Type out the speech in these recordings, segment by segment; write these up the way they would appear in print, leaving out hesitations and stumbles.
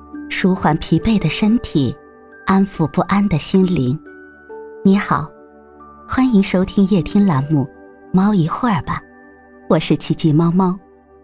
舒缓疲惫的身体，安抚不安的心灵。你好，欢迎收听夜听栏目《猫一会儿吧》，我是奇迹猫猫。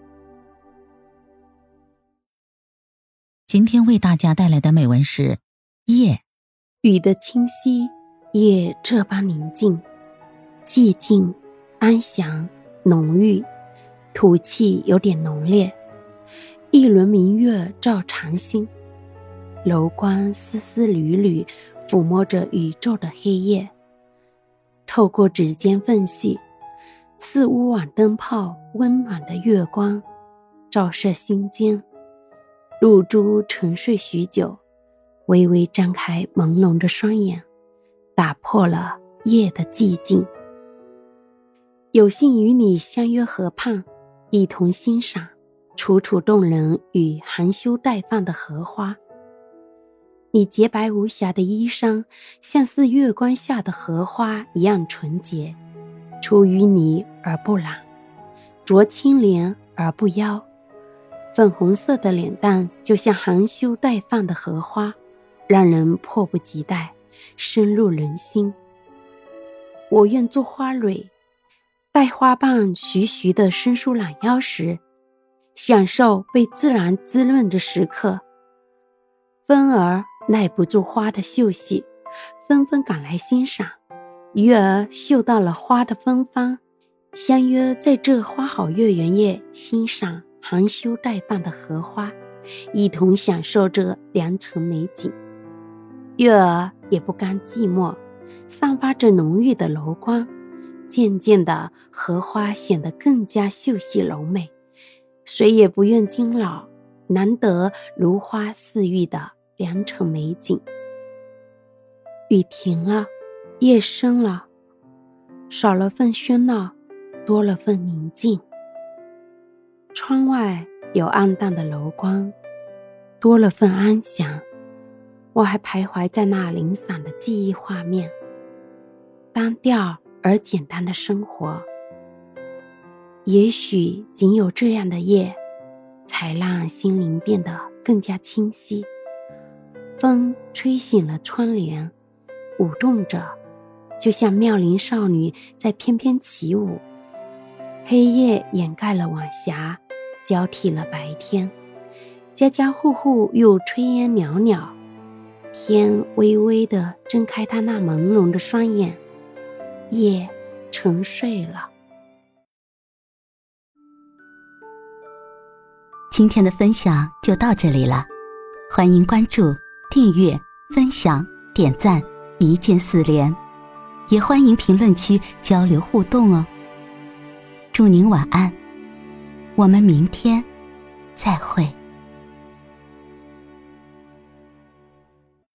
今天为大家带来的美文是夜。 雨的清晰，夜这般宁静，寂静、安详、浓郁，土气有点浓烈。一轮明月照长星，柔光丝丝缕缕抚摸着宇宙的黑夜，透过指尖缝隙，似屋瓦灯泡温暖的月光照射心间。露珠沉睡许久，微微张开朦胧的双眼，打破了夜的寂静。有幸与你相约河畔，一同欣赏楚楚动人与含羞待放的荷花。你洁白无瑕的衣裳，像似月光下的荷花一样纯洁，出淤泥而不染，濯清涟而不妖。粉红色的脸蛋就像含羞待放的荷花，让人迫不及待，深入人心。我愿做花蕊，待花瓣徐徐地伸出懒腰时，享受被自然滋润的时刻。风儿耐不住花的嗅息，纷纷赶来欣赏。鱼儿嗅到了花的芬芳，相约在这花好月圆夜欣赏含羞待放的荷花，一同享受这良辰美景。月儿也不甘寂寞，散发着浓郁的柔光，渐渐的荷花显得更加秀气柔美。谁也不愿惊扰难得如花似玉的良辰美景。雨停了，夜深了，少了份喧闹，多了份宁静。窗外有暗淡的柔光，多了份安详。我还徘徊在那零散的记忆画面，单调而简单的生活。也许仅有这样的夜，才让心灵变得更加清晰。风吹醒了窗帘，舞动着，就像妙龄少女在翩翩起舞。黑夜掩盖了晚霞，交替了白天，家家户户又炊烟袅袅。天微微地睁开它那朦胧的双眼，夜沉睡了。 今天的分享就到这里了，欢迎关注、订阅、分享、点赞，一键4连，也欢迎评论区交流互动哦。祝您晚安，我们明天再会。